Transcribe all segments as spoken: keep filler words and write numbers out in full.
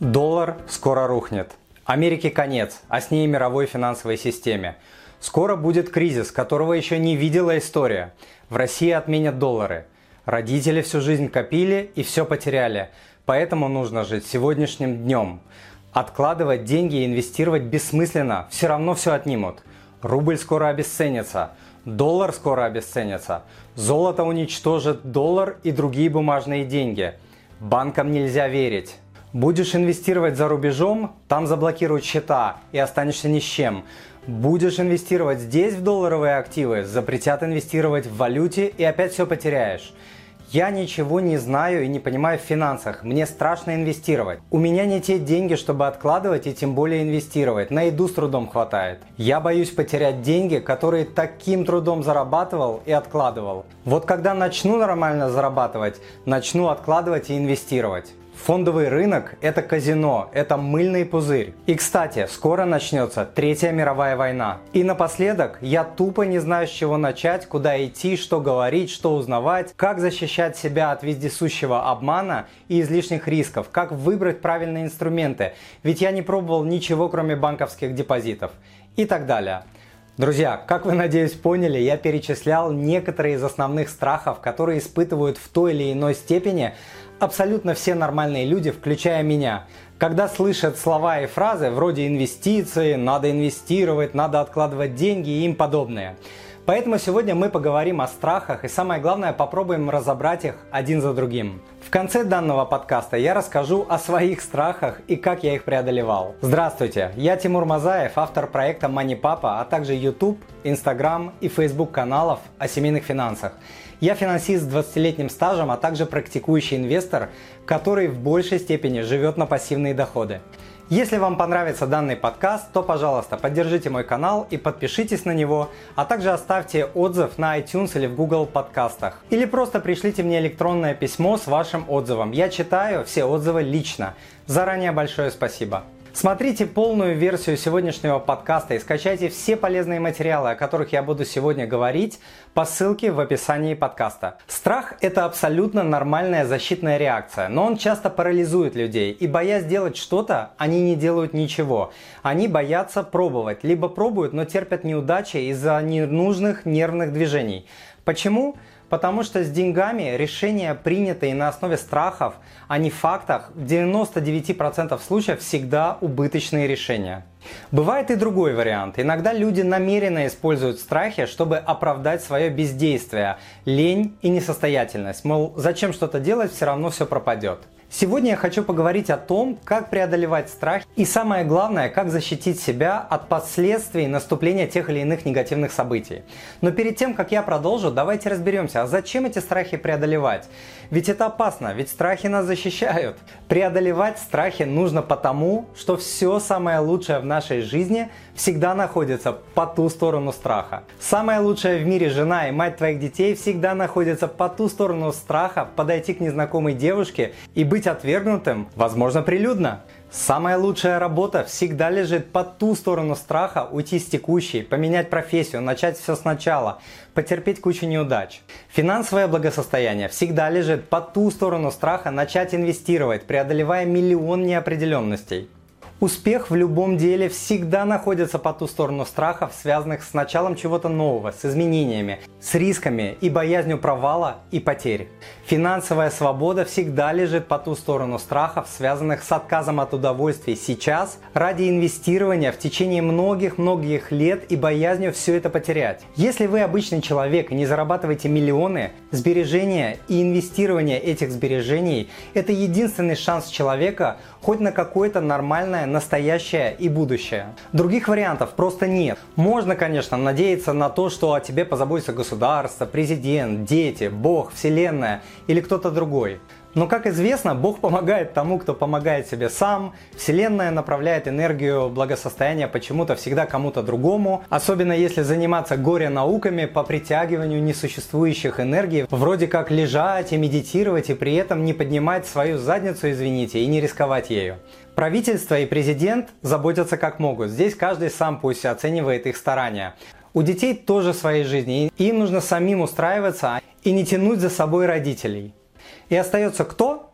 Доллар скоро рухнет. Америке конец, а с ней мировой финансовой системе. Скоро будет кризис, которого еще не видела история. В России отменят доллары. Родители всю жизнь копили и все потеряли. Поэтому нужно жить сегодняшним днем. Откладывать деньги и инвестировать бессмысленно, все равно все отнимут. Рубль скоро обесценится. Доллар скоро обесценится. Золото уничтожит доллар и другие бумажные деньги. Банкам нельзя верить. Будешь инвестировать за рубежом, там заблокируют счета и останешься ни с чем. Будешь инвестировать здесь в долларовые активы, запретят инвестировать в валюте и опять все потеряешь. Я ничего не знаю и не понимаю в финансах, мне страшно инвестировать. У меня не те деньги, чтобы откладывать и тем более инвестировать, на еду с трудом хватает. Я боюсь потерять деньги, которые таким трудом зарабатывал и откладывал. Вот когда начну нормально зарабатывать, начну откладывать и инвестировать. Фондовый рынок – это казино, это мыльный пузырь. И, кстати, скоро начнется Третья мировая война. И напоследок, я тупо не знаю, с чего начать, куда идти, что говорить, что узнавать, как защищать себя от вездесущего обмана и излишних рисков, как выбрать правильные инструменты, ведь я не пробовал ничего, кроме банковских депозитов и так далее. Друзья, как вы, надеюсь, поняли, я перечислял некоторые из основных страхов, которые испытывают в той или иной степени абсолютно все нормальные люди, включая меня, когда слышат слова и фразы вроде инвестиции, надо инвестировать, надо откладывать деньги и им подобное. Поэтому сегодня мы поговорим о страхах и, самое главное, попробуем разобрать их один за другим. В конце данного подкаста я расскажу о своих страхах и как я их преодолевал. Здравствуйте, я Тимур Мазаев, автор проекта MoneyPapa, а также YouTube, Instagram и Facebook каналов о семейных финансах. Я финансист с двадцатилетним стажем, а также практикующий инвестор, который в большей степени живет на пассивные доходы. Если вам понравится данный подкаст, то, пожалуйста, поддержите мой канал и подпишитесь на него, а также оставьте отзыв на iTunes или в Google подкастах. Или просто пришлите мне электронное письмо с вашим отзывом. Я читаю все отзывы лично. Заранее большое спасибо. Смотрите полную версию сегодняшнего подкаста и скачайте все полезные материалы, о которых я буду сегодня говорить, по ссылке в описании подкаста. Страх – это абсолютно нормальная защитная реакция, но он часто парализует людей, и боясь делать что-то, они не делают ничего. Они боятся пробовать, либо пробуют, но терпят неудачи из-за ненужных нервных движений. Почему? Потому что с деньгами решения, принятые на основе страхов, а не фактах, в девяноста девяти процентах случаев всегда убыточные решения. Бывает и другой вариант. Иногда люди намеренно используют страхи, чтобы оправдать свое бездействие, лень и несостоятельность. Мол, зачем что-то делать, все равно все пропадет. Сегодня я хочу поговорить о том, как преодолевать страх и, самое главное, как защитить себя от последствий наступления тех или иных негативных событий. Но перед тем, как я продолжу, давайте разберемся, а зачем эти страхи преодолевать? Ведь это опасно, ведь страхи нас защищают. Преодолевать страхи нужно потому, что все самое лучшее в нашей жизни всегда находится по ту сторону страха. Самая лучшая в мире жена и мать твоих детей всегда находится по ту сторону страха подойти к незнакомой девушке и быть отвергнутым, возможно, прилюдно. Самая лучшая работа всегда лежит по ту сторону страха уйти с текущей, поменять профессию, начать все сначала, потерпеть кучу неудач. Финансовое благосостояние всегда лежит по ту сторону страха начать инвестировать, преодолевая миллион неопределенностей. Успех в любом деле всегда находится по ту сторону страхов, связанных с началом чего-то нового, с изменениями, с рисками и боязнью провала и потерь. Финансовая свобода всегда лежит по ту сторону страхов, связанных с отказом от удовольствий сейчас ради инвестирования в течение многих-многих лет и боязнью все это потерять. Если вы обычный человек и не зарабатываете миллионы, сбережения и инвестирование этих сбережений – это единственный шанс человека хоть на какое-то нормальное настоящее и будущее. Других вариантов просто нет. Можно, конечно, надеяться на то, что о тебе позаботится государство, президент, дети, Бог, Вселенная или кто-то другой. Но, как известно, Бог помогает тому, кто помогает себе сам, Вселенная направляет энергию благосостояния почему-то всегда кому-то другому, особенно если заниматься горе-науками по притягиванию несуществующих энергий, вроде как лежать и медитировать и при этом не поднимать свою задницу, извините, и не рисковать ею. Правительство и президент заботятся как могут, здесь каждый сам пусть оценивает их старания. У детей тоже свои жизни, и им нужно самим устраиваться и не тянуть за собой родителей. И остается кто?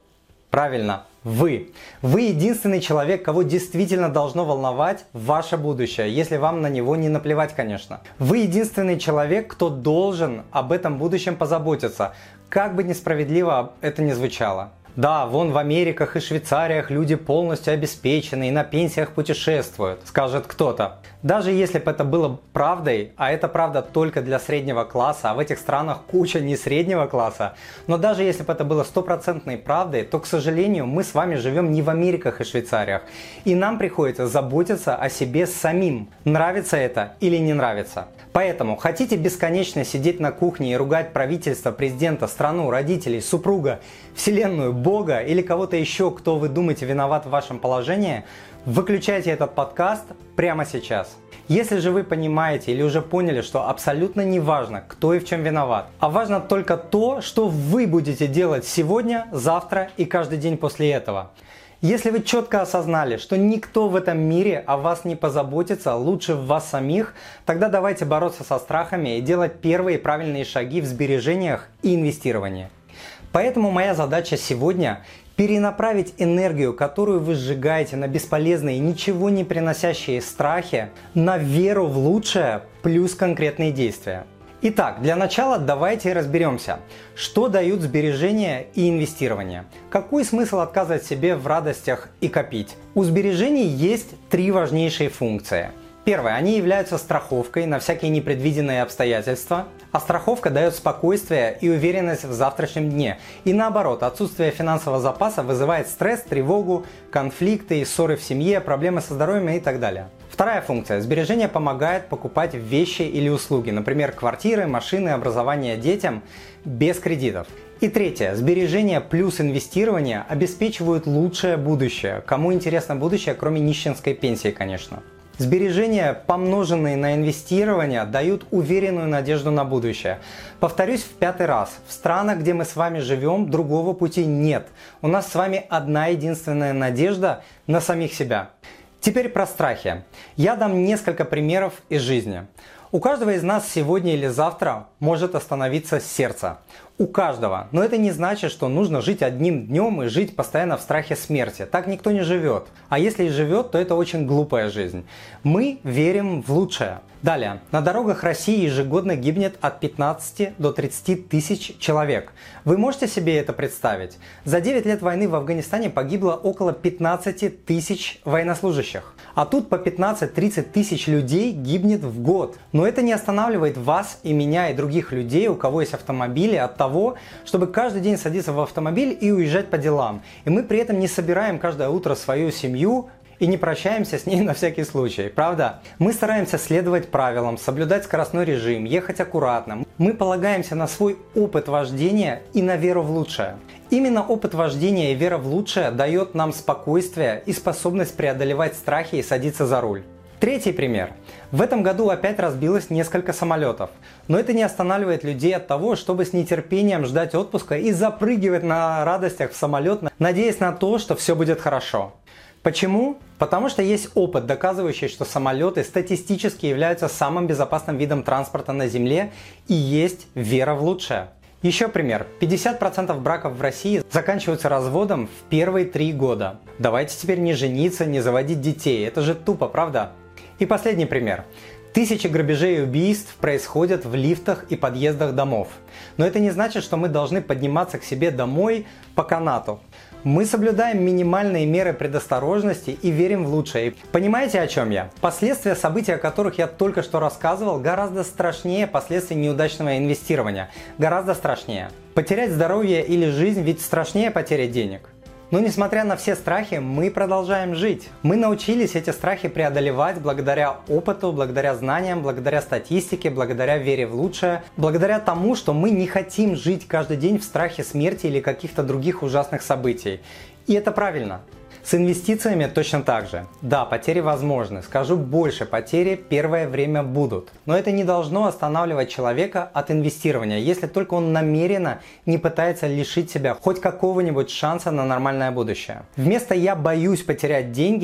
Правильно, вы. Вы единственный человек, кого действительно должно волновать ваше будущее, если вам на него не наплевать, конечно. Вы единственный человек, кто должен об этом будущем позаботиться, как бы несправедливо это ни звучало. Да, вон в Америках и Швейцариях люди полностью обеспечены и на пенсиях путешествуют, скажет кто-то. Даже если бы это было правдой, а это правда только для среднего класса, а в этих странах куча не среднего класса, но даже если бы это было стопроцентной правдой, то, к сожалению, мы с вами живем не в Америках и Швейцариях, и нам приходится заботиться о себе самим, нравится это или не нравится. Поэтому хотите бесконечно сидеть на кухне и ругать правительство, президента, страну, родителей, супруга, вселенную, Бога или кого-то еще, кто вы думаете виноват в вашем положении, выключайте этот подкаст прямо сейчас. Если же вы понимаете или уже поняли, что абсолютно не важно, кто и в чем виноват, а важно только то, что вы будете делать сегодня, завтра и каждый день после этого. Если вы четко осознали, что никто в этом мире о вас не позаботится лучше вас самих, тогда давайте бороться со страхами и делать первые правильные шаги в сбережениях и инвестировании. Поэтому моя задача сегодня – перенаправить энергию, которую вы сжигаете на бесполезные, ничего не приносящие страхи, на веру в лучшее плюс конкретные действия. Итак, для начала давайте разберемся, что дают сбережения и инвестирование. Какой смысл отказывать себе в радостях и копить? У сбережений есть три важнейшие функции. Первое. Они являются страховкой на всякие непредвиденные обстоятельства, а страховка дает спокойствие и уверенность в завтрашнем дне. И наоборот, отсутствие финансового запаса вызывает стресс, тревогу, конфликты, ссоры в семье, проблемы со здоровьем и так далее. Вторая функция. Сбережение помогает покупать вещи или услуги, например, квартиры, машины, образование детям без кредитов. И третье. Сбережения плюс инвестирование обеспечивают лучшее будущее. Кому интересно будущее, кроме нищенской пенсии, конечно. Сбережения, помноженные на инвестирование, дают уверенную надежду на будущее. Повторюсь в пятый раз. В странах, где мы с вами живем, другого пути нет. У нас с вами одна единственная надежда на самих себя. Теперь про страхи. Я дам несколько примеров из жизни. У каждого из нас сегодня или завтра может остановиться сердце. У каждого. Но это не значит, что нужно жить одним днем и жить постоянно в страхе смерти. Так никто не живет. А если и живет, то это очень глупая жизнь. Мы верим в лучшее. Далее. На дорогах России ежегодно гибнет от пятнадцати до тридцати тысяч человек. Вы можете себе это представить? За девять лет войны в Афганистане погибло около пятнадцати тысяч военнослужащих. А тут по пятнадцать-тридцать тысяч людей гибнет в год. Но это не останавливает вас и меня и других людей, у кого есть автомобили, от того, чтобы каждый день садиться в автомобиль и уезжать по делам. И мы при этом не собираем каждое утро свою семью и не прощаемся с ней на всякий случай, правда? Мы стараемся следовать правилам, соблюдать скоростной режим, ехать аккуратно. Мы полагаемся на свой опыт вождения и на веру в лучшее. Именно опыт вождения и вера в лучшее дает нам спокойствие и способность преодолевать страхи и садиться за руль. Третий пример. В этом году опять разбилось несколько самолетов. Но это не останавливает людей от того, чтобы с нетерпением ждать отпуска и запрыгивать на радостях в самолет, надеясь на то, что все будет хорошо. Почему? Потому что есть опыт, доказывающий, что самолеты статистически являются самым безопасным видом транспорта на Земле, и есть вера в лучшее. Еще пример. пятьдесят процентов браков в России заканчиваются разводом в первые три года. Давайте теперь не жениться, не заводить детей. Это же тупо, правда? И последний пример. Тысячи грабежей и убийств происходят в лифтах и подъездах домов. Но это не значит, что мы должны подниматься к себе домой по канату. Мы соблюдаем минимальные меры предосторожности и верим в лучшее. Понимаете, о чем я? Последствия событий, о которых я только что рассказывал, гораздо страшнее последствий неудачного инвестирования. Гораздо страшнее. Потерять здоровье или жизнь ведь страшнее потери денег. Но несмотря на все страхи, мы продолжаем жить. Мы научились эти страхи преодолевать благодаря опыту, благодаря знаниям, благодаря статистике, благодаря вере в лучшее, благодаря тому, что мы не хотим жить каждый день в страхе смерти или каких-то других ужасных событий. И это правильно. С инвестициями точно так же. Да, потери возможны. Скажу больше, потери первое время будут. Но это не должно останавливать человека от инвестирования, если только он намеренно не пытается лишить себя хоть какого-нибудь шанса на нормальное будущее. Вместо «я боюсь потерять деньги»,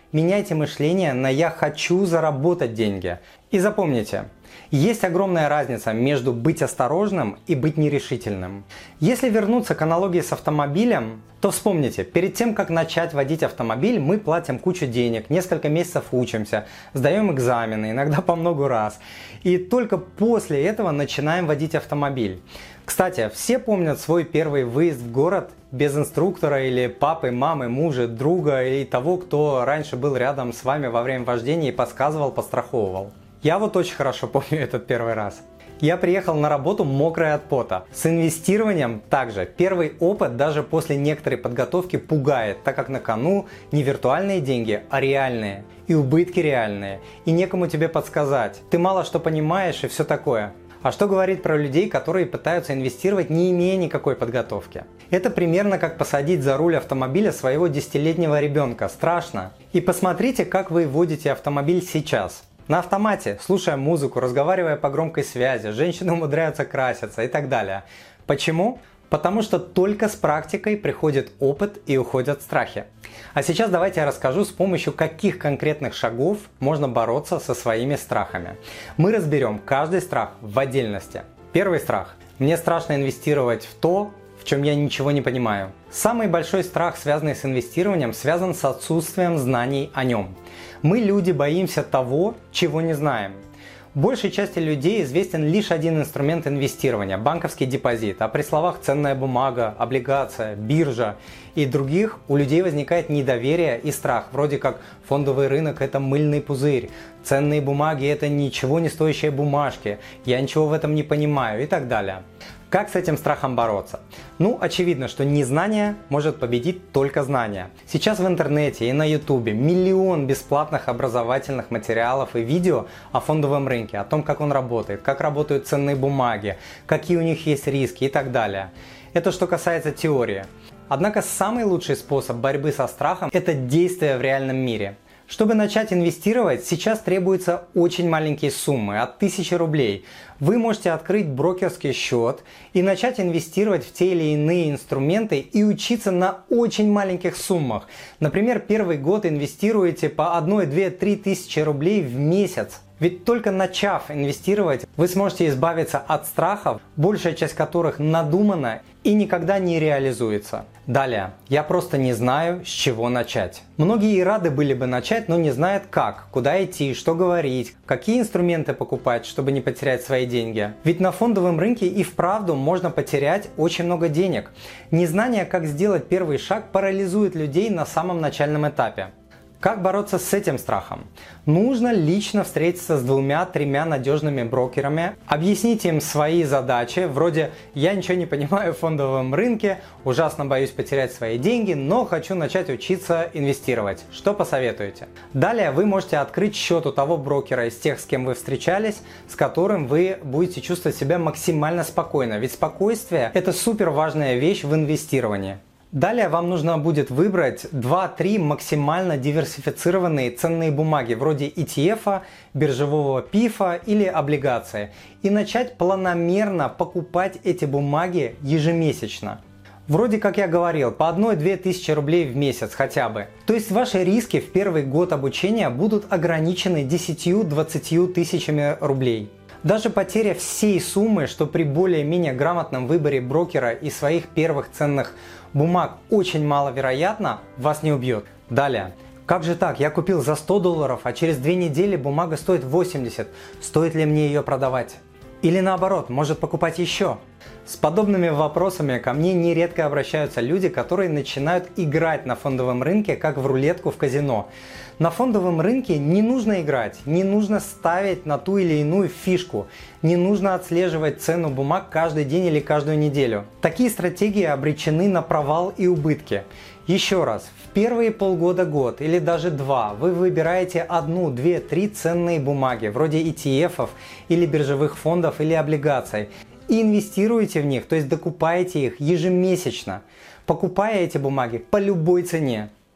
Меняйте мышление на «я хочу заработать деньги». И запомните, есть огромная разница между быть осторожным и быть нерешительным. Если вернуться к аналогии с автомобилем, то вспомните, перед тем, как начать водить автомобиль, мы платим кучу денег, несколько месяцев учимся, сдаем экзамены, иногда по много раз. И только после этого начинаем водить автомобиль. Кстати, все помнят свой первый выезд в город без инструктора или папы, мамы, мужа, друга или того, кто раньше был рядом с вами во время вождения и подсказывал, подстраховывал. Я вот очень хорошо помню этот первый раз. Я приехал на работу мокрый от пота. С инвестированием также. Первый опыт даже после некоторой подготовки пугает, так как на кону не виртуальные деньги, а реальные. И убытки реальные. И некому тебе подсказать. Ты мало что понимаешь и все такое. А что говорить про людей, которые пытаются инвестировать, не имея никакой подготовки? Это примерно как посадить за руль автомобиля своего десятилетнего ребенка. Страшно. И посмотрите, как вы водите автомобиль сейчас. На автомате, слушая музыку, разговаривая по громкой связи, женщины умудряются краситься и так далее. Почему? Потому что только с практикой приходит опыт и уходят страхи. А сейчас давайте я расскажу, с помощью каких конкретных шагов можно бороться со своими страхами. Мы разберем каждый страх в отдельности. Первый страх. Мне страшно инвестировать в то, в чем я ничего не понимаю. Самый большой страх, связанный с инвестированием, связан с отсутствием знаний о нем. Мы, люди, боимся того, чего не знаем. Большей части людей известен лишь один инструмент инвестирования – банковский депозит, а при словах «ценная бумага», «облигация», «биржа» и других у людей возникает недоверие и страх, вроде как фондовый рынок – это мыльный пузырь, ценные бумаги – это ничего не стоящие бумажки, я ничего в этом не понимаю и так далее. Как с этим страхом бороться? Ну, очевидно, что незнание может победить только знание. Сейчас в интернете и на ютубе миллион бесплатных образовательных материалов и видео о фондовом рынке, о том, как он работает, как работают ценные бумаги, какие у них есть риски и так далее. Это что касается теории. Однако самый лучший способ борьбы со страхом – это действие в реальном мире. Чтобы начать инвестировать, сейчас требуются очень маленькие суммы, от тысячи рублей. Вы можете открыть брокерский счет и начать инвестировать в те или иные инструменты и учиться на очень маленьких суммах. Например, первый год инвестируете по одной, две, три тысячи рублей в месяц. Ведь только начав инвестировать, вы сможете избавиться от страхов, большая часть которых надумана и никогда не реализуется. Далее. Я просто не знаю, с чего начать. Многие и рады были бы начать, но не знают как, куда идти, что говорить, какие инструменты покупать, чтобы не потерять свои деньги. Ведь на фондовом рынке и вправду можно потерять очень много денег. Незнание, как сделать первый шаг, парализует людей на самом начальном этапе. Как бороться с этим страхом? Нужно лично встретиться с двумя-тремя надежными брокерами, объяснить им свои задачи, вроде «я ничего не понимаю в фондовом рынке, ужасно боюсь потерять свои деньги, но хочу начать учиться инвестировать. Что посоветуете?» Далее вы можете открыть счет у того брокера из тех, с кем вы встречались, с которым вы будете чувствовать себя максимально спокойно, ведь спокойствие – это супер важная вещь в инвестировании. Далее вам нужно будет выбрать два-три максимально диверсифицированные ценные бумаги вроде и ти эф, биржевого пифа или облигации и начать планомерно покупать эти бумаги ежемесячно. Вроде как я говорил, по одной-две тысячи рублей в месяц хотя бы. То есть ваши риски в первый год обучения будут ограничены десятью-двадцатью тысячами рублей. Даже потеря всей суммы, что при более-менее грамотном выборе брокера и своих первых ценных бумаг очень маловероятно, вас не убьет. Далее. Как же так? Я купил за сто долларов, а через две недели бумага стоит восемьдесят. Стоит ли мне ее продавать? Или наоборот, может покупать еще? С подобными вопросами ко мне нередко обращаются люди, которые начинают играть на фондовом рынке, как в рулетку в казино. На фондовом рынке не нужно играть, не нужно ставить на ту или иную фишку, не нужно отслеживать цену бумаг каждый день или каждую неделю. Такие стратегии обречены на провал и убытки. Еще раз, в первые полгода-год или даже два вы выбираете одну, две, три ценные бумаги, вроде и ти эф или биржевых фондов или облигаций, и инвестируете в них, то есть докупаете их ежемесячно, покупая эти бумаги по любой цене.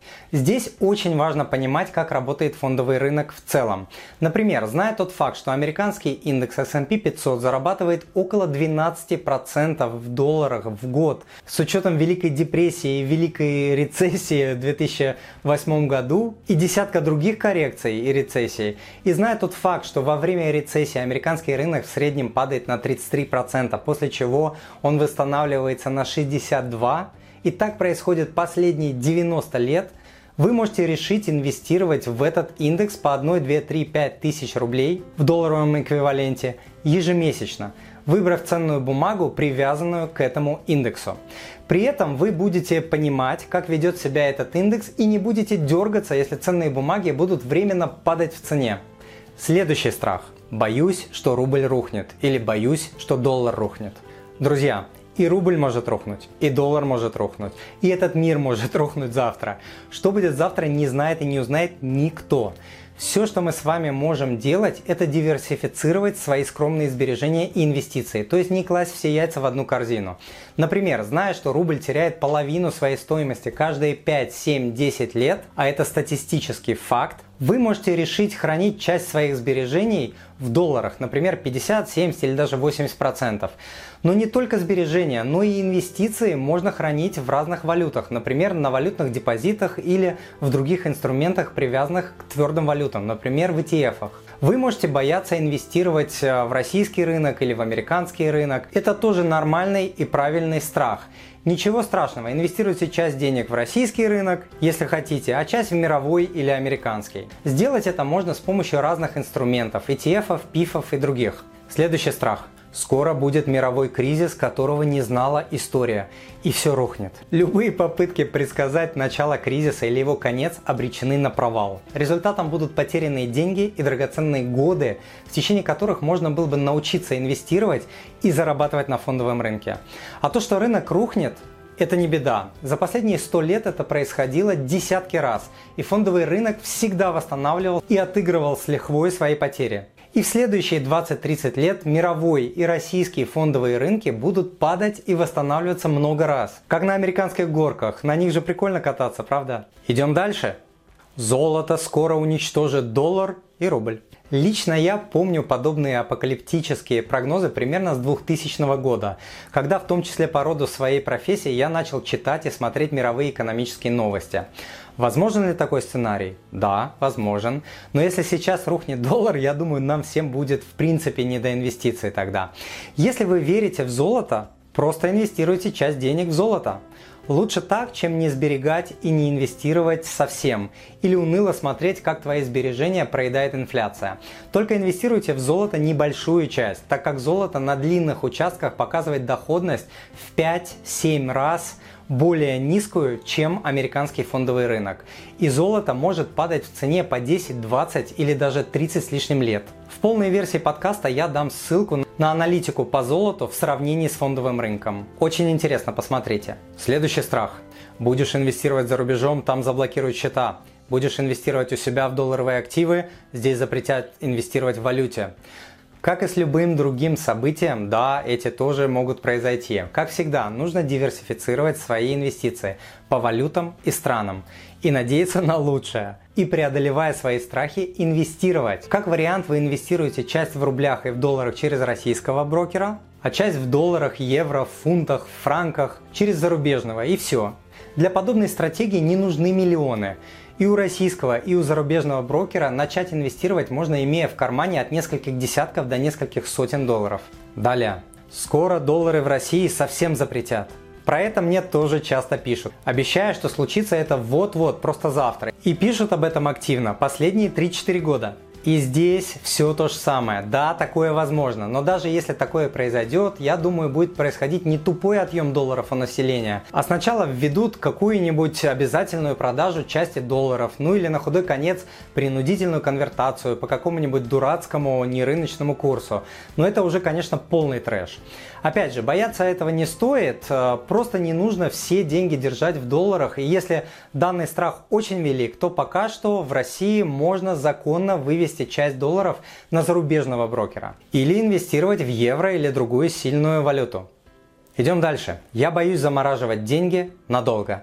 Здесь очень важно понимать, как работает фондовый рынок в целом. Например, зная тот факт, что американский индекс эс энд пи пятьсот зарабатывает около двенадцати процентов в долларах в год, с учетом Великой депрессии и Великой рецессии в две тысячи восьмом году и десятка других коррекций и рецессий, и зная тот факт, что во время рецессии американский рынок в среднем падает на тридцать три процента, после чего он восстанавливается на шестьдесят два процента, и так происходит последние девяносто лет, вы можете решить инвестировать в этот индекс по одной, две, три, пять тысяч рублей в долларовом эквиваленте ежемесячно, выбрав ценную бумагу, привязанную к этому индексу. При этом вы будете понимать, как ведет себя этот индекс, и не будете дергаться, если ценные бумаги будут временно падать в цене. Следующий страх. Боюсь, что рубль рухнет, или боюсь, что доллар рухнет. Друзья, и рубль может рухнуть, и доллар может рухнуть, и этот мир может рухнуть завтра. Что будет завтра, не знает и не узнает никто. Все, что мы с вами можем делать, это диверсифицировать свои скромные сбережения и инвестиции, то есть не класть все яйца в одну корзину. Например, зная, что рубль теряет половину своей стоимости каждые пять, семь, десять лет, а это статистический факт, вы можете решить хранить часть своих сбережений в долларах, например, пятьдесят, семьдесят или даже восемьдесят процентов. Но не только сбережения, но и инвестиции можно хранить в разных валютах, например, на валютных депозитах или в других инструментах, привязанных к твердым валютам, например, в и ти эф-ах. Вы можете бояться инвестировать в российский рынок или в американский рынок. Это тоже нормальный и правильный страх. Ничего страшного, инвестируйте часть денег в российский рынок, если хотите, а часть в мировой или американский. Сделать это можно с помощью разных инструментов, и ти эф-ов, пифов и других. Следующий страх. Скоро будет мировой кризис, которого не знала история, и все рухнет. Любые попытки предсказать начало кризиса или его конец обречены на провал. Результатом будут потерянные деньги и драгоценные годы, в течение которых можно было бы научиться инвестировать и зарабатывать на фондовом рынке. А то, что рынок рухнет, это не беда. За последние сто лет это происходило десятки раз, и фондовый рынок всегда восстанавливал и отыгрывал с лихвой свои потери. И в следующие двадцать-тридцать лет мировой и российские фондовые рынки будут падать и восстанавливаться много раз. Как на американских горках, на них же прикольно кататься, правда? Идем дальше. Золото скоро уничтожит доллар и рубль. Лично я помню подобные апокалиптические прогнозы примерно с двухтысячного года, когда в том числе по роду своей профессии я начал читать и смотреть мировые экономические новости. Возможен ли такой сценарий? Да, возможен. Но если сейчас рухнет доллар, я думаю, нам всем будет в принципе не до инвестиций тогда. Если вы верите в золото, просто инвестируйте часть денег в золото. Лучше так, чем не сберегать и не инвестировать совсем, или уныло смотреть, как твои сбережения проедает инфляция. Только инвестируйте в золото небольшую часть, так как золото на длинных участках показывает доходность в пять-семь раз более низкую, чем американский фондовый рынок. И золото может падать в цене по десять, двадцать или даже тридцать с лишним лет. В полной версии подкаста я дам ссылку на аналитику по золоту в сравнении с фондовым рынком. Очень интересно, посмотрите. Следующий страх. Будешь инвестировать за рубежом, там заблокируют счета. Будешь инвестировать у себя в долларовые активы, здесь запретят инвестировать в валюте. Как и с любым другим событием, да, эти тоже могут произойти. Как всегда, нужно диверсифицировать свои инвестиции по валютам и странам и надеяться на лучшее. И преодолевая свои страхи, инвестировать. Как вариант, вы инвестируете часть в рублях и в долларах через российского брокера, а часть в долларах, евро, фунтах, франках через зарубежного, и все. Для подобной стратегии не нужны миллионы. И у российского, и у зарубежного брокера начать инвестировать можно, имея в кармане от нескольких десятков до нескольких сотен долларов. Далее. Скоро доллары в России совсем запретят. Про это мне тоже часто пишут, обещая, что случится это вот-вот, просто завтра. И пишут об этом активно последние три-четыре года. И здесь все то же самое. Да, такое возможно, но даже если такое произойдет, я думаю, будет происходить не тупой отъем долларов у населения, а сначала введут какую-нибудь обязательную продажу части долларов, ну или на худой конец принудительную конвертацию по какому-нибудь дурацкому нерыночному курсу. Но это уже, конечно, полный трэш. Опять же, бояться этого не стоит, просто не нужно все деньги держать в долларах, и если данный страх очень велик, то пока что в России можно законно вывести часть долларов на зарубежного брокера или инвестировать в евро или другую сильную валюту. Идем дальше. Я боюсь замораживать деньги надолго.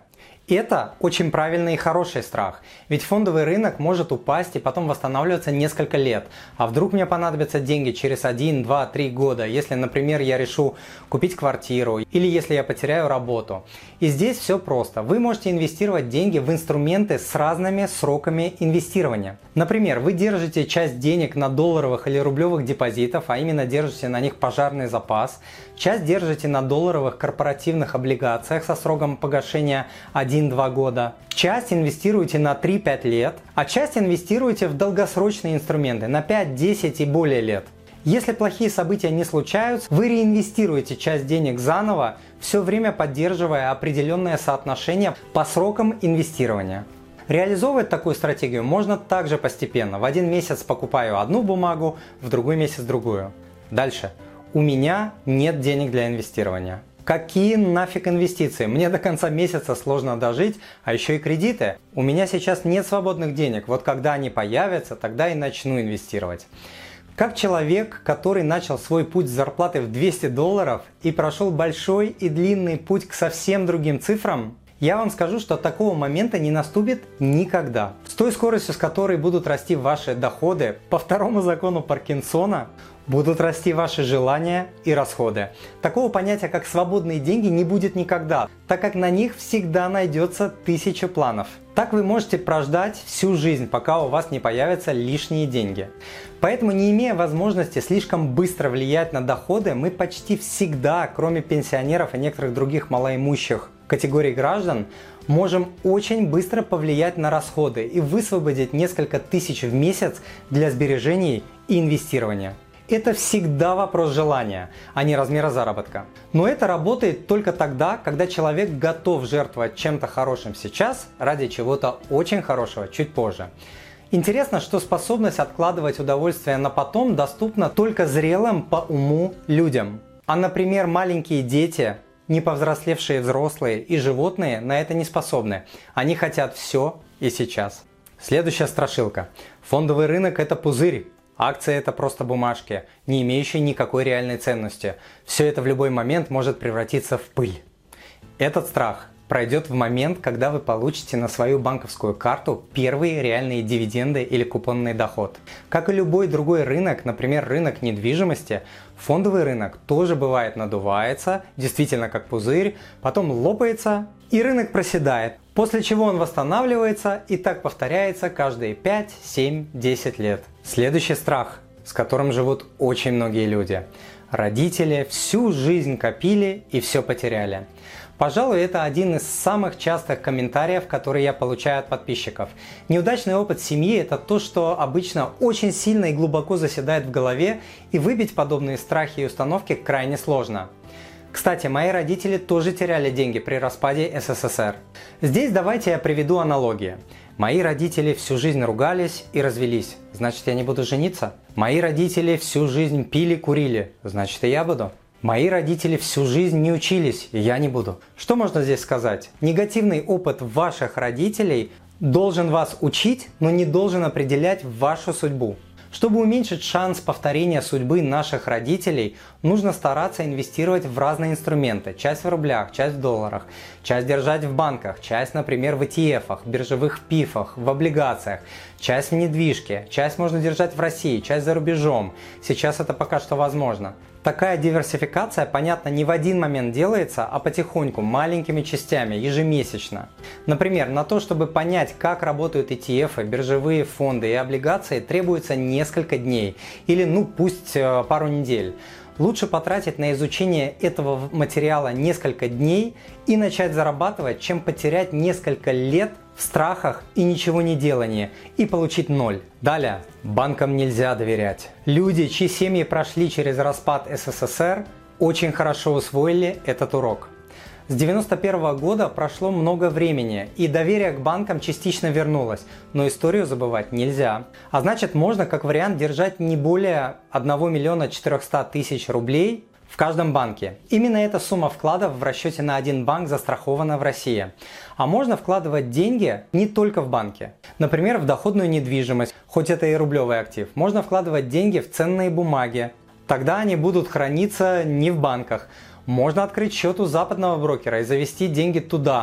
Это очень правильный и хороший страх, ведь фондовый рынок может упасть и потом восстанавливаться несколько лет. А вдруг мне понадобятся деньги через один, два, три года, если, например, я решу купить квартиру или если я потеряю работу. И здесь все просто. Вы можете инвестировать деньги в инструменты с разными сроками инвестирования. Например, вы держите часть денег на долларовых или рублевых депозитах, а именно держите на них пожарный запас. Часть держите на долларовых корпоративных облигациях со сроком погашения один-два года. Часть инвестируете на три-пять лет, а часть инвестируете в долгосрочные инструменты на пять-десять и более лет. Если плохие события не случаются, вы реинвестируете часть денег заново, все время поддерживая определенное соотношение по срокам инвестирования. Реализовывать такую стратегию можно также постепенно. В один месяц покупаю одну бумагу, в другой месяц другую. Дальше. У меня нет денег для инвестирования. Какие нафиг инвестиции? Мне до конца месяца сложно дожить, а еще и кредиты. У меня сейчас нет свободных денег. Вот когда они появятся, тогда и начну инвестировать. Как человек, который начал свой путь с зарплаты в двести долларов и прошел большой и длинный путь к совсем другим цифрам, я вам скажу, что такого момента не наступит никогда. С той скоростью, с которой будут расти ваши доходы, по второму закону Паркинсона, будут расти ваши желания и расходы. Такого понятия, как свободные деньги, не будет никогда, так как на них всегда найдется тысяча планов. Так вы можете прождать всю жизнь, пока у вас не появятся лишние деньги. Поэтому, не имея возможности слишком быстро влиять на доходы, мы почти всегда, кроме пенсионеров и некоторых других малоимущих категорий граждан, можем очень быстро повлиять на расходы и высвободить несколько тысяч в месяц для сбережений и инвестирования. Это всегда вопрос желания, а не размера заработка. Но это работает только тогда, когда человек готов жертвовать чем-то хорошим сейчас ради чего-то очень хорошего чуть позже. Интересно, что способность откладывать удовольствие на потом доступна только зрелым по уму людям. А, например, маленькие дети, неповзрослевшие взрослые и животные на это не способны. Они хотят все и сейчас. Следующая страшилка. Фондовый рынок – это пузырь. Акции – это просто бумажки, не имеющие никакой реальной ценности. Все это в любой момент может превратиться в пыль. Этот страх пройдет в момент, когда вы получите на свою банковскую карту первые реальные дивиденды или купонный доход. Как и любой другой рынок, например, рынок недвижимости, фондовый рынок тоже бывает надувается, действительно как пузырь, потом лопается и рынок проседает, после чего он восстанавливается и так повторяется каждые пять, семь, десять лет. Следующий страх, с которым живут очень многие люди. Родители всю жизнь копили и все потеряли. Пожалуй, это один из самых частых комментариев, которые я получаю от подписчиков. Неудачный опыт семьи – это то, что обычно очень сильно и глубоко заседает в голове, и выбить подобные страхи и установки крайне сложно. Кстати, мои родители тоже теряли деньги при распаде эс эс эс эр. Здесь давайте я приведу аналогии. Мои родители всю жизнь ругались и развелись, значит, я не буду жениться. Мои родители всю жизнь пили, курили, значит, и я буду. Мои родители всю жизнь не учились, и я не буду. Что можно здесь сказать? Негативный опыт ваших родителей должен вас учить, но не должен определять вашу судьбу. Чтобы уменьшить шанс повторения судьбы наших родителей, нужно стараться инвестировать в разные инструменты. Часть в рублях, часть в долларах, часть держать в банках, часть, например, в и ти эфах, биржевых пифах, в облигациях, часть в недвижке, часть можно держать в России, часть за рубежом. Сейчас это пока что возможно. Такая диверсификация, понятно, не в один момент делается, а потихоньку, маленькими частями, ежемесячно. Например, на то, чтобы понять, как работают и ти эфы, биржевые фонды и облигации, требуется несколько дней или, ну, пусть пару недель. Лучше потратить на изучение этого материала несколько дней и начать зарабатывать, чем потерять несколько лет в страхах и ничего не делании и получить ноль. Далее. Банкам нельзя доверять. Люди, чьи семьи прошли через распад эс эс эс эр, очень хорошо усвоили этот урок. С девяносто первого года прошло много времени, и доверие к банкам частично вернулось, но историю забывать нельзя. А значит, можно как вариант держать не более одного миллиона четырехсот тысяч рублей в каждом банке. Именно эта сумма вкладов в расчете на один банк застрахована в России. А можно вкладывать деньги не только в банки. Например, в доходную недвижимость, хоть это и рублевый актив. Можно вкладывать деньги в ценные бумаги. Тогда они будут храниться не в банках. Можно открыть счет у западного брокера и завести деньги туда.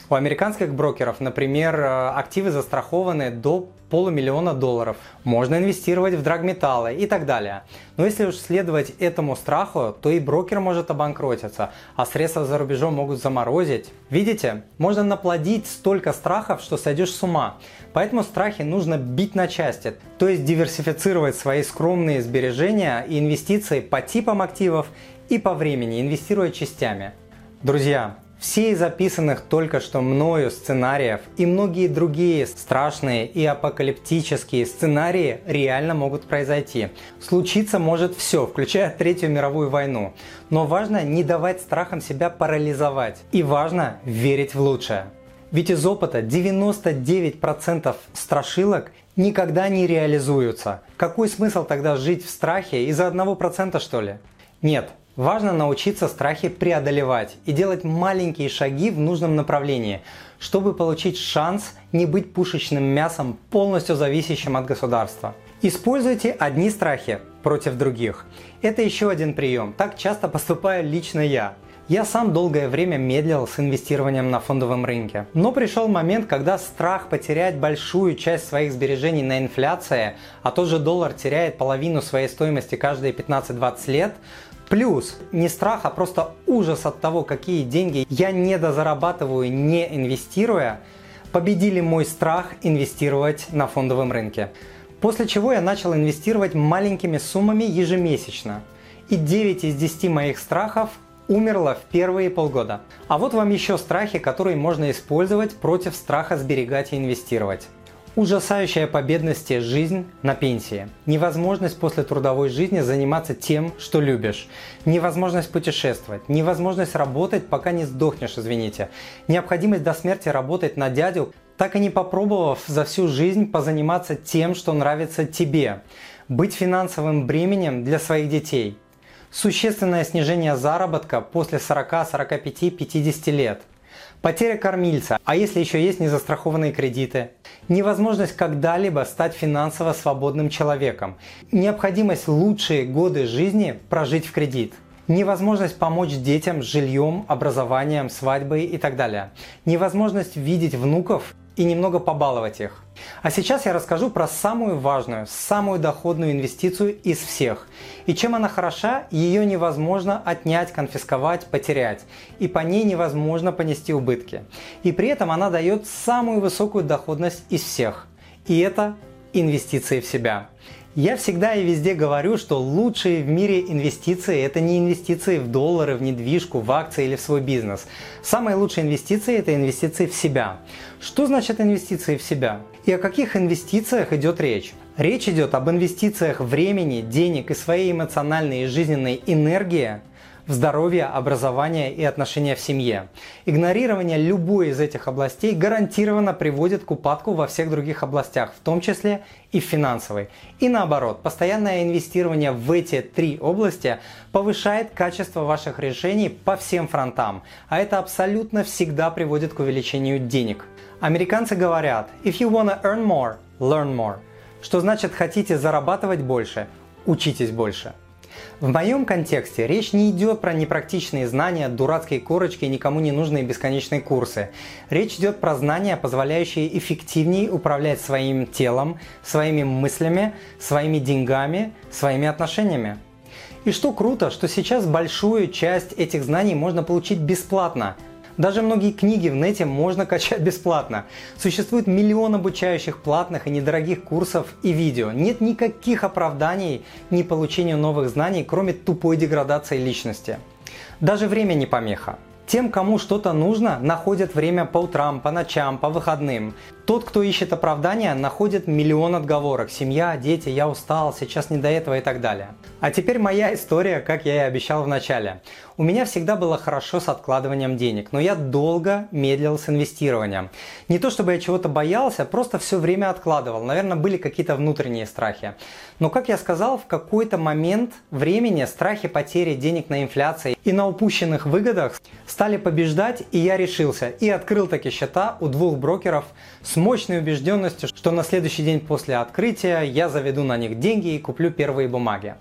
У американских брокеров, например, активы застрахованы до полумиллиона долларов. Можно инвестировать в драгметаллы и так далее. Но если уж следовать этому страху, то и брокер может обанкротиться, а средства за рубежом могут заморозить. Видите, можно наплодить столько страхов, что сойдешь с ума. Поэтому страхи нужно бить на части, то есть диверсифицировать свои скромные сбережения и инвестиции по типам активов и по времени, инвестируя частями. Друзья, все из записанных только что мною сценариев и многие другие страшные и апокалиптические сценарии реально могут произойти. Случиться может все, включая Третью мировую войну. Но важно не давать страхам себя парализовать. И важно верить в лучшее. Ведь из опыта девяносто девять процентов страшилок никогда не реализуются. Какой смысл тогда жить в страхе из-за одного процента, что ли? Нет. Важно научиться страхи преодолевать и делать маленькие шаги в нужном направлении, чтобы получить шанс не быть пушечным мясом, полностью зависящим от государства. Используйте одни страхи против других. Это еще один прием. Так часто поступаю лично я. Я сам долгое время медлил с инвестированием на фондовом рынке. Но пришел момент, когда страх потерять большую часть своих сбережений на инфляции, а тот же доллар теряет половину своей стоимости каждые пятнадцать-двадцать лет, плюс не страх, а просто ужас от того, какие деньги я недозарабатываю, не инвестируя, победили мой страх инвестировать на фондовом рынке. После чего я начал инвестировать маленькими суммами ежемесячно. И девять из десяти моих страхов умерло в первые полгода. А вот вам еще страхи, которые можно использовать против страха сберегать и инвестировать. Ужасающая по бедности жизнь на пенсии. Невозможность после трудовой жизни заниматься тем, что любишь. Невозможность путешествовать. Невозможность работать, пока не сдохнешь, извините. Необходимость до смерти работать на дядю, так и не попробовав за всю жизнь позаниматься тем, что нравится тебе. Быть финансовым бременем для своих детей. Существенное снижение заработка после сорока, сорока пяти, пятидесяти лет. Потеря кормильца, а если еще есть незастрахованные кредиты. Невозможность когда-либо стать финансово свободным человеком. Необходимость лучшие годы жизни прожить в кредит. Невозможность помочь детям с жильем, образованием, свадьбой и так далее. Невозможность видеть внуков и немного побаловать их. А сейчас я расскажу про самую важную, самую доходную инвестицию из всех. И чем она хороша, ее невозможно отнять, конфисковать, потерять. И по ней невозможно понести убытки. И при этом она дает самую высокую доходность из всех. И это инвестиции в себя. Я всегда и везде говорю, что лучшие в мире инвестиции – это не инвестиции в доллары, в недвижку, в акции или в свой бизнес. Самые лучшие инвестиции – это инвестиции в себя. Что значит инвестиции в себя? И о каких инвестициях идет речь? Речь идет об инвестициях времени, денег и своей эмоциональной и жизненной энергии в здоровье, образование и отношения в семье. Игнорирование любой из этих областей гарантированно приводит к упадку во всех других областях, в том числе и в финансовой. И наоборот, постоянное инвестирование в эти три области повышает качество ваших решений по всем фронтам, а это абсолютно всегда приводит к увеличению денег. Американцы говорят «If you wanna earn more, learn more», что значит хотите зарабатывать больше, учитесь больше. В моем контексте речь не идет про непрактичные знания, дурацкие корочки и никому не нужные бесконечные курсы. Речь идет про знания, позволяющие эффективнее управлять своим телом, своими мыслями, своими деньгами, своими отношениями. И что круто, что сейчас большую часть этих знаний можно получить бесплатно. Даже многие книги в нете можно качать бесплатно. Существует миллион обучающих платных и недорогих курсов и видео. Нет никаких оправданий не получению новых знаний, кроме тупой деградации личности. Даже время не помеха. Тем, кому что-то нужно, находят время по утрам, по ночам, по выходным. Тот, кто ищет оправдания, находит миллион отговорок. Семья, дети, я устал, сейчас не до этого и так далее. А теперь моя история, как я и обещал в начале. У меня всегда было хорошо с откладыванием денег, но я долго медлил с инвестированием. Не то чтобы я чего-то боялся, просто все время откладывал. Наверное, были какие-то внутренние страхи. Но, как я сказал, в какой-то момент времени страхи потери денег на инфляции и на упущенных выгодах стали побеждать, и я решился и открыл такие счета у двух брокеров с мощной убежденностью, что на следующий день после открытия я заведу на них деньги и куплю первые бумаги.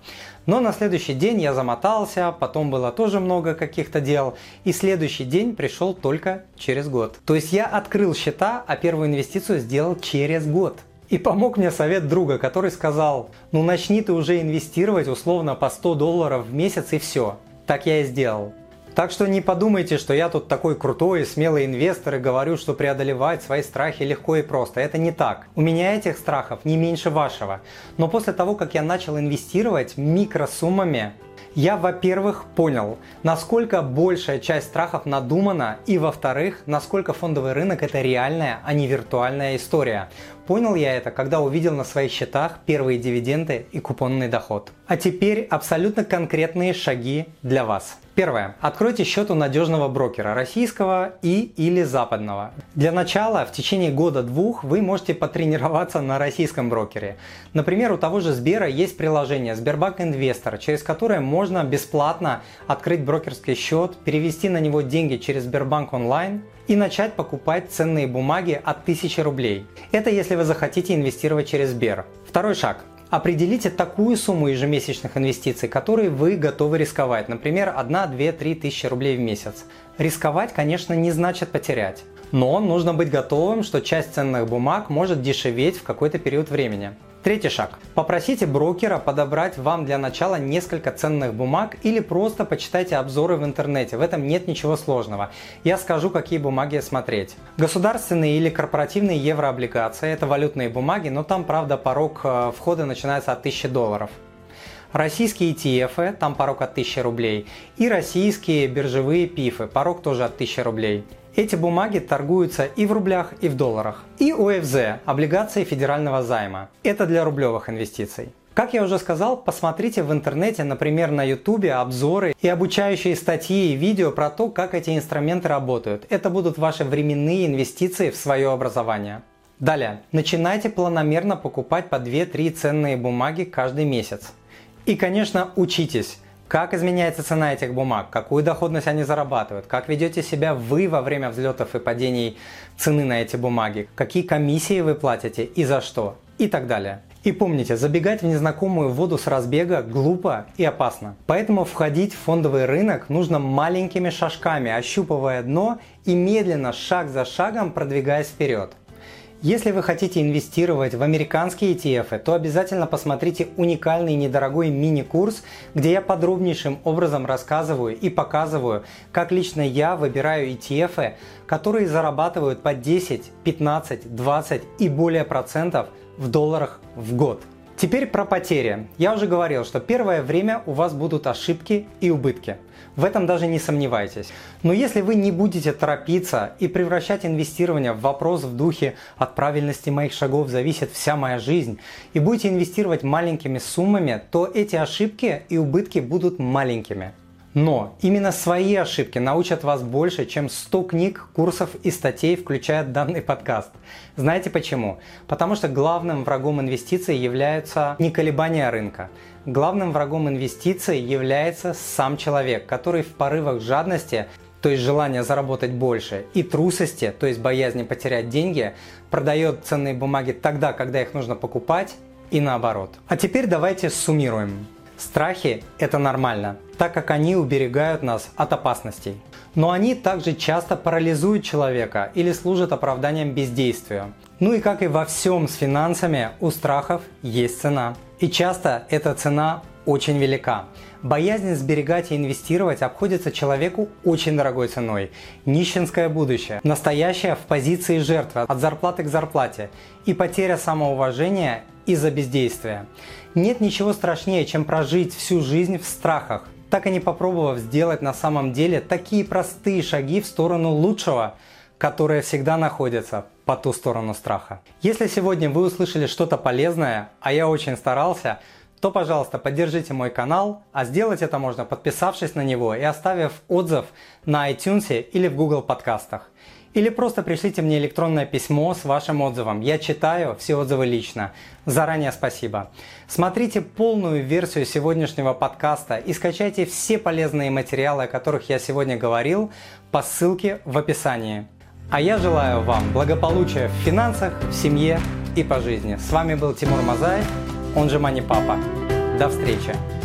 Но на следующий день я замотался, потом было тоже много каких-то дел, и следующий день пришел только через год. То есть я открыл счета, а первую инвестицию сделал через год. И помог мне совет друга, который сказал: ну начни ты уже инвестировать условно по сто долларов в месяц и все. Так я и сделал. Так что не подумайте, что я тут такой крутой и смелый инвестор и говорю, что преодолевать свои страхи легко и просто. Это не так. У меня этих страхов не меньше вашего. Но после того, как я начал инвестировать микросуммами, я, во-первых, понял, насколько большая часть страхов надумана, и, во-вторых, насколько фондовый рынок – это реальная, а не виртуальная история. Понял я это, когда увидел на своих счетах первые дивиденды и купонный доход. А теперь абсолютно конкретные шаги для вас. Первое. Откройте счет у надежного брокера, российского и или западного. Для начала в течение года-двух вы можете потренироваться на российском брокере. Например, у того же Сбера есть приложение Сбербанк Инвестор, через которое можно бесплатно открыть брокерский счет, перевести на него деньги через Сбербанк онлайн и начать покупать ценные бумаги от тысячи рублей. Это если вы захотите инвестировать через Сбер. Второй шаг. Определите такую сумму ежемесячных инвестиций, которые вы готовы рисковать. Например, одна, две, три тысячи рублей в месяц. Рисковать, конечно, не значит потерять. Но нужно быть готовым, что часть ценных бумаг может дешеветь в какой-то период времени. Третий шаг. Попросите брокера подобрать вам для начала несколько ценных бумаг или просто почитайте обзоры в интернете. В этом нет ничего сложного. Я скажу, какие бумаги смотреть. Государственные или корпоративные еврооблигации – это валютные бумаги, но там, правда, порог входа начинается от тысячи долларов. Российские и ти эф, там порог от тысячи рублей. И российские биржевые пифы, порог тоже от тысячи рублей. Эти бумаги торгуются и в рублях, и в долларах. И о эф зэ – облигации федерального займа. Это для рублевых инвестиций. Как я уже сказал, посмотрите в интернете, например, на ютубе обзоры и обучающие статьи и видео про то, как эти инструменты работают. Это будут ваши временные инвестиции в свое образование. Далее. Начинайте планомерно покупать по две-три ценные бумаги каждый месяц. И, конечно, учитесь. Как изменяется цена этих бумаг, какую доходность они зарабатывают, как ведете себя вы во время взлетов и падений цены на эти бумаги, какие комиссии вы платите и за что, и так далее. И помните, забегать в незнакомую воду с разбега глупо и опасно. Поэтому входить в фондовый рынок нужно маленькими шажками, ощупывая дно и медленно, шаг за шагом продвигаясь вперед. Если вы хотите инвестировать в американские и ти эф, то обязательно посмотрите уникальный недорогой мини-курс, где я подробнейшим образом рассказываю и показываю, как лично я выбираю и ти эф, которые зарабатывают по десять, пятнадцать, двадцать и более процентов в долларах в год. Теперь про потери. Я уже говорил, что первое время у вас будут ошибки и убытки. В этом даже не сомневайтесь. Но если вы не будете торопиться и превращать инвестирование в вопрос в духе «от правильности моих шагов зависит вся моя жизнь» и будете инвестировать маленькими суммами, то эти ошибки и убытки будут маленькими. Но именно свои ошибки научат вас больше, чем сто книг, курсов и статей, включая данный подкаст. Знаете почему? Потому что главным врагом инвестиций являются не колебания рынка. Главным врагом инвестиций является сам человек, который в порывах жадности, то есть желания заработать больше, и трусости, то есть боязни потерять деньги, продает ценные бумаги тогда, когда их нужно покупать, и наоборот. А теперь давайте суммируем. Страхи – это нормально, так как они уберегают нас от опасностей. Но они также часто парализуют человека или служат оправданием бездействию. Ну и как и во всем с финансами, у страхов есть цена. И часто эта цена очень велика. Боязнь сберегать и инвестировать обходится человеку очень дорогой ценой. Нищенское будущее, настоящее в позиции жертвы от зарплаты к зарплате и потеря самоуважения из-за бездействия. Нет ничего страшнее, чем прожить всю жизнь в страхах, так и не попробовав сделать на самом деле такие простые шаги в сторону лучшего, которое всегда находится по ту сторону страха. Если сегодня вы услышали что-то полезное, а я очень старался, то, пожалуйста, поддержите мой канал, а сделать это можно, подписавшись на него и оставив отзыв на iTunes или в Google подкастах. Или просто пришлите мне электронное письмо с вашим отзывом. Я читаю все отзывы лично. Заранее спасибо. Смотрите полную версию сегодняшнего подкаста и скачайте все полезные материалы, о которых я сегодня говорил, по ссылке в описании. А я желаю вам благополучия в финансах, в семье и по жизни. С вами был Тимур Мазаев, он же Money Papa. До встречи!